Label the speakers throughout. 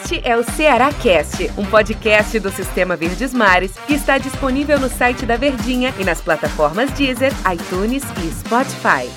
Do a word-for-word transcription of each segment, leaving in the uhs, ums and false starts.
Speaker 1: Este é o Ceará Cast, um podcast do Sistema Verdes Mares que está disponível no site da Verdinha e nas plataformas Deezer, iTunes e Spotify.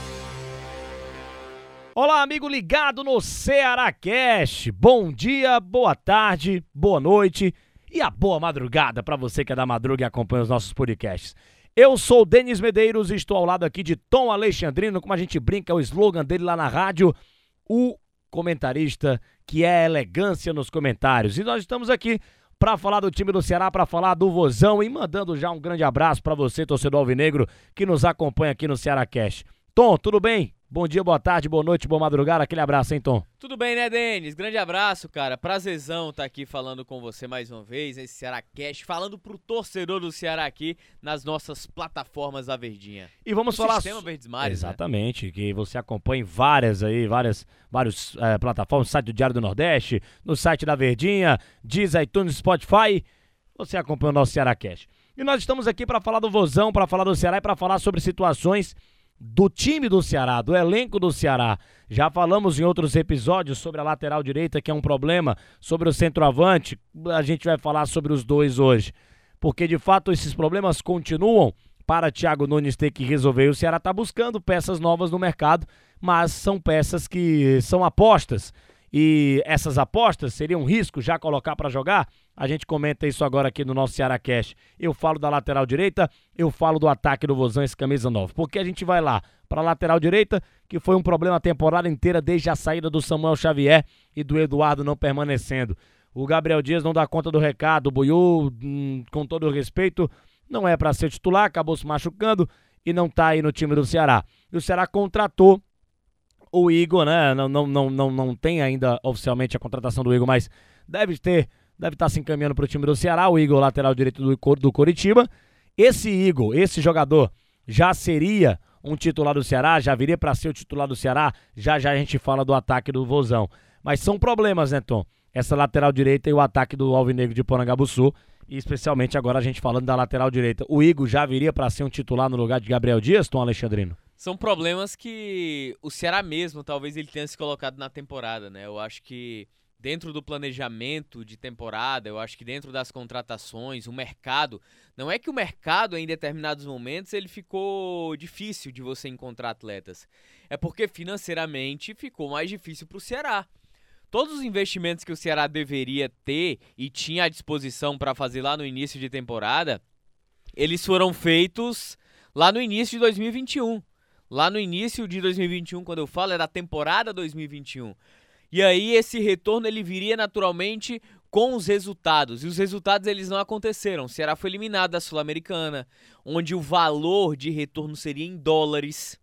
Speaker 2: Olá, amigo ligado no Ceará Cast. Bom dia, boa tarde, boa noite e a boa madrugada para você que é da madruga e acompanha os nossos podcasts. Eu sou o Denis Medeiros e estou ao lado aqui de Tom Alexandrino, como a gente brinca, é o slogan dele lá na rádio, o comentarista que é elegância nos comentários. E nós estamos aqui para falar do time do Ceará, para falar do Vozão e mandando já um grande abraço para você, torcedor alvinegro, que nos acompanha aqui no Ceará Cast. Tom, tudo bem? Bom dia, boa tarde, boa noite, boa madrugada, aquele abraço, hein, Tom?
Speaker 3: Tudo bem, né, Denis? Grande abraço, cara. Prazerzão estar aqui falando com você mais uma vez, nesse Ceará Cast, falando pro torcedor do Ceará aqui nas nossas plataformas da Verdinha.
Speaker 2: E vamos
Speaker 3: o
Speaker 2: falar...
Speaker 3: Sistema Verdes Mares,
Speaker 2: Exatamente, né? Que você acompanha várias aí, várias, várias é, plataformas, no site do Diário do Nordeste, no site da Verdinha, Deezer, iTunes, Spotify, você acompanha o nosso Ceará Cast. E nós estamos aqui para falar do Vozão, para falar do Ceará e para falar sobre situações do time do Ceará, do elenco do Ceará. Já falamos em outros episódios sobre a lateral direita, que é um problema, sobre o centroavante. A gente vai falar sobre os dois hoje, porque de fato esses problemas continuam para Thiago Nunes ter que resolver. O Ceará está buscando peças novas no mercado, mas são peças que são apostas. E essas apostas seriam um risco já colocar para jogar? A gente comenta isso agora aqui no nosso Ceará Cast. Eu falo da lateral direita, eu falo do ataque do Vozão, esse camisa nove. Porque a gente vai lá para a lateral direita, que foi um problema a temporada inteira desde a saída do Samuel Xavier e do Eduardo não permanecendo. O Gabriel Dias não dá conta do recado, o Buiú, hum, com todo o respeito, não é para ser titular, acabou se machucando e não tá aí no time do Ceará. E o Ceará contratou o Igor, né? Não, não, não, não, não tem ainda oficialmente a contratação do Igor, mas deve ter, deve estar se encaminhando para o time do Ceará, o Igor, lateral direito do, do Coritiba. Esse Igor, esse jogador, já seria um titular do Ceará, já viria para ser o titular do Ceará, já já a gente fala do ataque do Vozão. Mas são problemas, né, Tom? Essa lateral direita e o ataque do Alvinegro de Porangabuçu, e especialmente agora a gente falando da lateral direita. O Igor já viria para ser um titular no lugar de Gabriel Dias, Tom Alexandrino?
Speaker 3: São problemas que o Ceará mesmo, talvez ele tenha se colocado na temporada, né? Eu acho que dentro do planejamento de temporada, eu acho que dentro das contratações, o mercado, não é que o mercado em determinados momentos ele ficou difícil de você encontrar atletas, é porque financeiramente ficou mais difícil para o Ceará. Todos os investimentos que o Ceará deveria ter e tinha à disposição para fazer lá no início de temporada, eles foram feitos lá no início de dois mil e vinte e um. Lá no início de dois mil e vinte e um, quando eu falo, é da temporada dois mil e vinte e um. E aí esse retorno ele viria naturalmente com os resultados. E os resultados eles não aconteceram. O Ceará foi eliminado da Sul-Americana, onde o valor de retorno seria em dólares.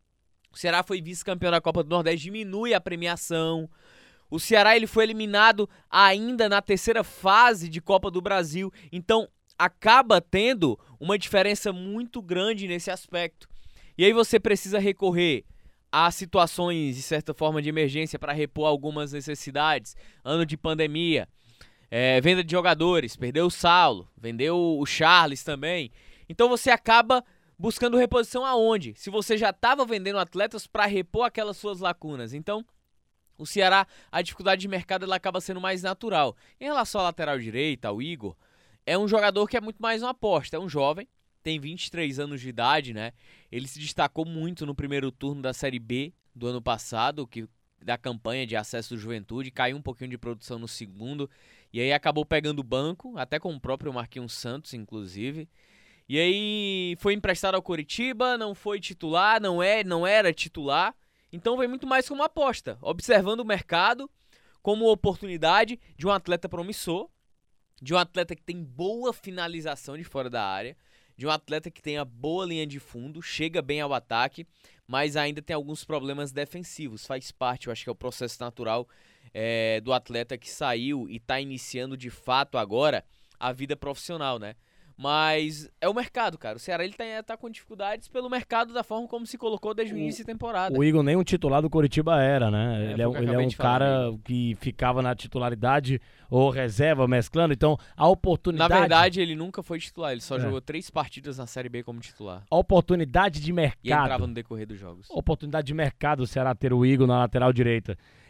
Speaker 3: O Ceará foi vice-campeão da Copa do Nordeste, diminui a premiação. O Ceará ele foi eliminado ainda na terceira fase de Copa do Brasil. Então acaba tendo uma diferença muito grande nesse aspecto. E aí você precisa recorrer a situações, de certa forma, de emergência para repor algumas necessidades. Ano de pandemia, é, venda de jogadores, perdeu o Saulo, vendeu o Charles também. Então você acaba buscando reposição aonde? Se você já estava vendendo atletas para repor aquelas suas lacunas. Então, o Ceará, a dificuldade de mercado ela acaba sendo mais natural. Em relação à lateral direita, ao Igor, é um jogador que é muito mais uma aposta, é um jovem. Tem vinte e três anos de idade, né? Ele se destacou muito no primeiro turno da Série B do ano passado, que, da campanha de acesso do Juventude, caiu um pouquinho de produção no segundo, e aí acabou pegando o banco, até com o próprio Marquinhos Santos, inclusive. E aí foi emprestado ao Coritiba, não foi titular, não, é, não era titular, então vem muito mais como aposta, observando o mercado como oportunidade de um atleta promissor, de um atleta que tem boa finalização de fora da área, de um atleta que tenha boa linha de fundo, chega bem ao ataque, mas ainda tem alguns problemas defensivos. Faz parte, eu acho que é o processo natural é, do atleta que saiu e está iniciando de fato agora a vida profissional, né? Mas é o mercado, cara. O Ceará ele tá, tá com dificuldades pelo mercado da forma como se colocou desde o, o início da temporada.
Speaker 2: O Igor nem um titular do Coritiba era, né? É, ele é, ele é um cara
Speaker 3: falar,
Speaker 2: que ficava na titularidade ou reserva, mesclando. Então, a oportunidade...
Speaker 3: Na verdade, ele nunca foi titular. Ele só
Speaker 2: é.
Speaker 3: jogou três partidas na Série B como titular.
Speaker 2: A oportunidade de mercado...
Speaker 3: E entrava no decorrer dos jogos.
Speaker 2: A oportunidade de mercado o Ceará ter o Igor na lateral direita.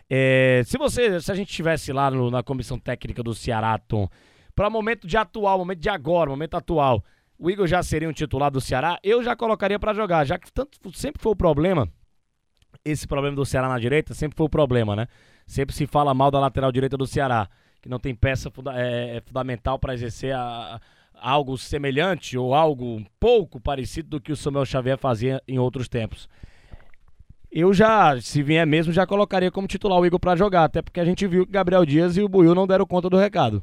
Speaker 2: É, se você, se a gente estivesse lá no- na comissão técnica do Ceará, Tom, para momento de atual, momento de agora, momento atual, o Igor já seria um titular do Ceará, eu já colocaria para jogar, já que tanto sempre foi o problema, esse problema do Ceará na direita sempre foi o problema, né? Sempre se fala mal da lateral direita do Ceará, que não tem peça funda- é, é fundamental para exercer a- a- algo semelhante ou algo um pouco parecido do que o Samuel Xavier fazia em outros tempos. Eu já, se vier mesmo, já colocaria como titular o Igor pra jogar, até porque a gente viu que Gabriel Dias e o Buiú não deram conta do recado.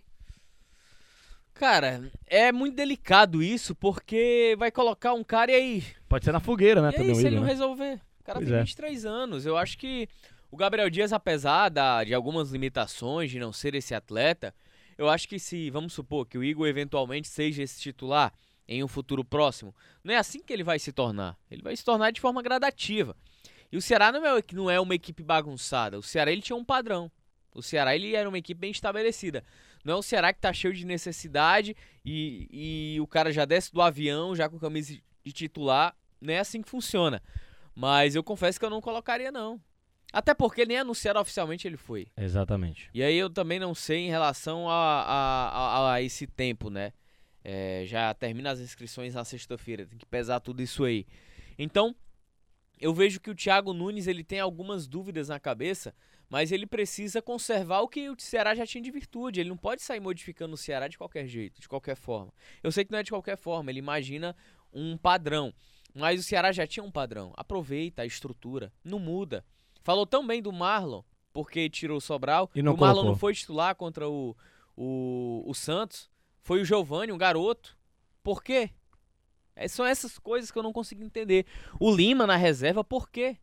Speaker 3: Cara, é muito delicado isso, porque vai colocar um cara e aí...
Speaker 2: Pode ser na fogueira, né,
Speaker 3: E
Speaker 2: também
Speaker 3: aí,
Speaker 2: o
Speaker 3: se ele
Speaker 2: Igor,
Speaker 3: não
Speaker 2: né?
Speaker 3: resolver? O cara
Speaker 2: Pois
Speaker 3: tem
Speaker 2: é.
Speaker 3: vinte e três anos. Eu acho que o Gabriel Dias, apesar da, de algumas limitações de não ser esse atleta, eu acho que se, vamos supor, que o Igor eventualmente seja esse titular em um futuro próximo, não é assim que ele vai se tornar. Ele vai se tornar de forma gradativa. E o Ceará não é, não é uma equipe bagunçada. O Ceará ele tinha um padrão. O Ceará ele era uma equipe bem estabelecida. Não é o Ceará que tá cheio de necessidade e, e o cara já desce do avião já com camisa de titular. Não é assim que funciona. Mas eu confesso que eu não colocaria, não. Até porque nem anunciado oficialmente ele foi.
Speaker 2: Exatamente.
Speaker 3: E aí eu também não sei em relação a, a, a, a esse tempo, né? É, já termina as inscrições na sexta-feira. Tem que pesar tudo isso aí. Então, eu vejo que o Thiago Nunes ele tem algumas dúvidas na cabeça, mas ele precisa conservar o que o Ceará já tinha de virtude. Ele não pode sair modificando o Ceará de qualquer jeito, de qualquer forma. Eu sei que não é de qualquer forma, ele imagina um padrão. Mas o Ceará já tinha um padrão. Aproveita a estrutura, não muda. Falou tão bem do Marlon, porque tirou o Sobral.
Speaker 2: E não
Speaker 3: o Marlon
Speaker 2: colocou.
Speaker 3: não foi titular contra o, o, o Santos. Foi o Giovani, um garoto. Por quê? É, são essas coisas que eu não consigo entender. O Lima na reserva, por quê?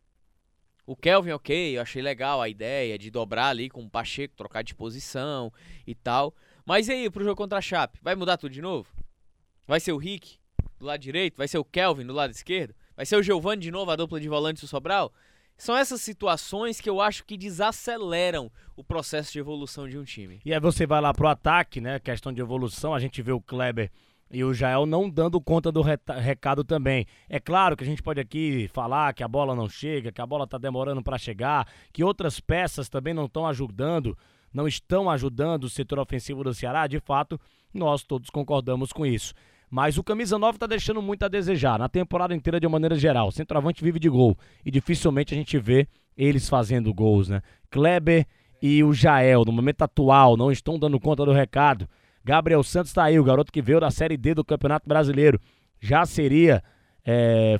Speaker 3: O Kelvin, ok, eu achei legal a ideia de dobrar ali com o Pacheco, trocar de posição e tal. Mas e aí, pro jogo contra a Chape? Vai mudar tudo de novo? Vai ser o Rick do lado direito? Vai ser o Kelvin do lado esquerdo? Vai ser o Giovani de novo, a dupla de volantes do Sobral? São essas situações que eu acho que desaceleram o processo de evolução de um time.
Speaker 2: E aí você vai lá pro ataque, né? Questão de evolução, a gente vê o Kleber e o Jael não dando conta do reta- recado também. É claro que a gente pode aqui falar que a bola não chega, que a bola tá demorando para chegar, que outras peças também não estão ajudando, não estão ajudando o setor ofensivo do Ceará. De fato, nós todos concordamos com isso. Mas o camisa nove tá deixando muito a desejar, na temporada inteira de uma maneira geral. O centroavante vive de gol e dificilmente a gente vê eles fazendo gols, né? Kleber e o Jael, no momento atual, não estão dando conta do recado. Gabriel Santos tá aí, o garoto que veio da Série D do Campeonato Brasileiro. Já seria é,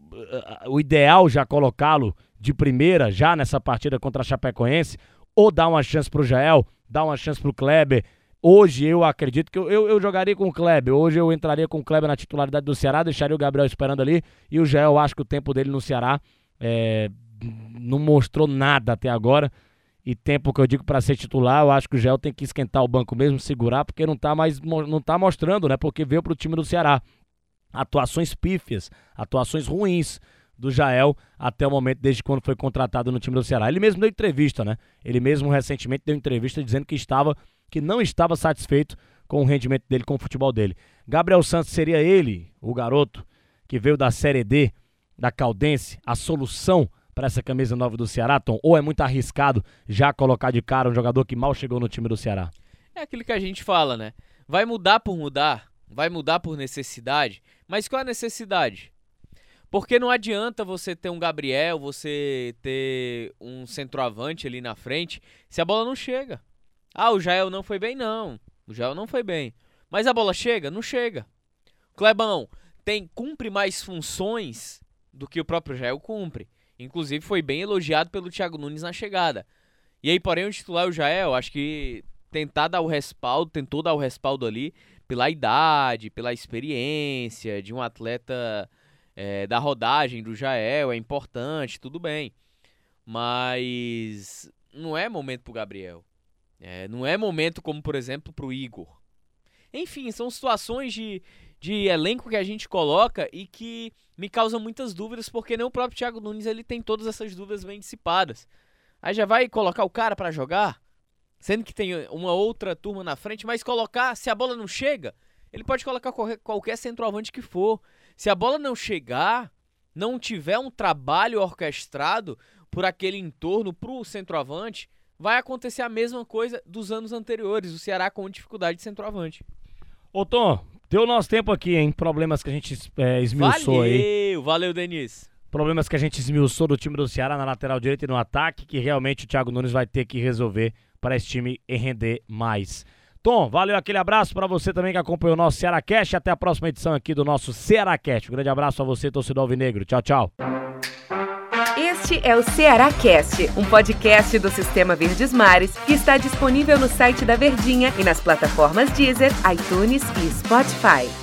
Speaker 2: o ideal já colocá-lo de primeira, já nessa partida contra a Chapecoense, ou dar uma chance pro Jael, dar uma chance pro Kleber. Hoje eu acredito que eu, eu, eu jogaria com o Kleber, hoje eu entraria com o Kleber na titularidade do Ceará, deixaria o Gabriel esperando ali, e o Jael, eu acho que o tempo dele no Ceará é, não mostrou nada até agora. E tempo que eu digo para ser titular, eu acho que o Jael tem que esquentar o banco mesmo, segurar, porque não tá mais não tá mostrando, né? Porque veio pro time do Ceará. Atuações pífias, atuações ruins do Jael até o momento, desde quando foi contratado no time do Ceará. Ele mesmo deu entrevista, né? Ele mesmo recentemente deu entrevista dizendo que estava, que não estava satisfeito com o rendimento dele, com o futebol dele. Gabriel Santos seria ele, o garoto que veio da Série D, da Caldense, a solução para essa camisa nova do Ceará, Tom? Ou é muito arriscado já colocar de cara um jogador que mal chegou no time do Ceará?
Speaker 3: É aquilo que a gente fala, né? Vai mudar por mudar, vai mudar por necessidade, mas qual é a necessidade? Porque não adianta você ter um Gabriel, você ter um centroavante ali na frente, se a bola não chega. Ah, o Jael não foi bem? Não. O Jael não foi bem. Mas a bola chega? Não chega. O Clebão tem, cumpre mais funções do que o próprio Jael cumpre. Inclusive foi bem elogiado pelo Thiago Nunes na chegada. E aí, porém, o titular, o Jael, acho que tentar dar o respaldo, tentou dar o respaldo ali pela idade, pela experiência de um atleta é, da rodagem do Jael, é importante, tudo bem. Mas não é momento pro Gabriel. É, não é momento como, por exemplo, pro Igor. Enfim, são situações de, de elenco que a gente coloca e que me causam muitas dúvidas, porque nem o próprio Thiago Nunes ele tem todas essas dúvidas bem dissipadas. Aí já vai colocar o cara pra jogar, sendo que tem uma outra turma na frente, mas colocar, se a bola não chega, ele pode colocar qualquer, qualquer centroavante que for. Se a bola não chegar, não tiver um trabalho orquestrado, por aquele entorno, pro centroavante, vai acontecer a mesma coisa dos anos anteriores, o Ceará com dificuldade de centroavante.
Speaker 2: Ô Tom, deu nosso tempo aqui, hein? Problemas que a gente é, esmiuçou
Speaker 3: valeu,
Speaker 2: aí.
Speaker 3: Valeu, valeu, Denis.
Speaker 2: Problemas que a gente esmiuçou do time do Ceará na lateral direita e no ataque, que realmente o Thiago Nunes vai ter que resolver para esse time render mais. Tom, valeu, aquele abraço para você também que acompanhou o nosso CearáCast. Até a próxima edição aqui do nosso CearáCast. Um grande abraço a você, torcedor alvinegro. Tchau, tchau.
Speaker 1: Este é o CearáCast, um podcast do Sistema Verdes Mares que está disponível no site da Verdinha e nas plataformas Deezer, iTunes e Spotify.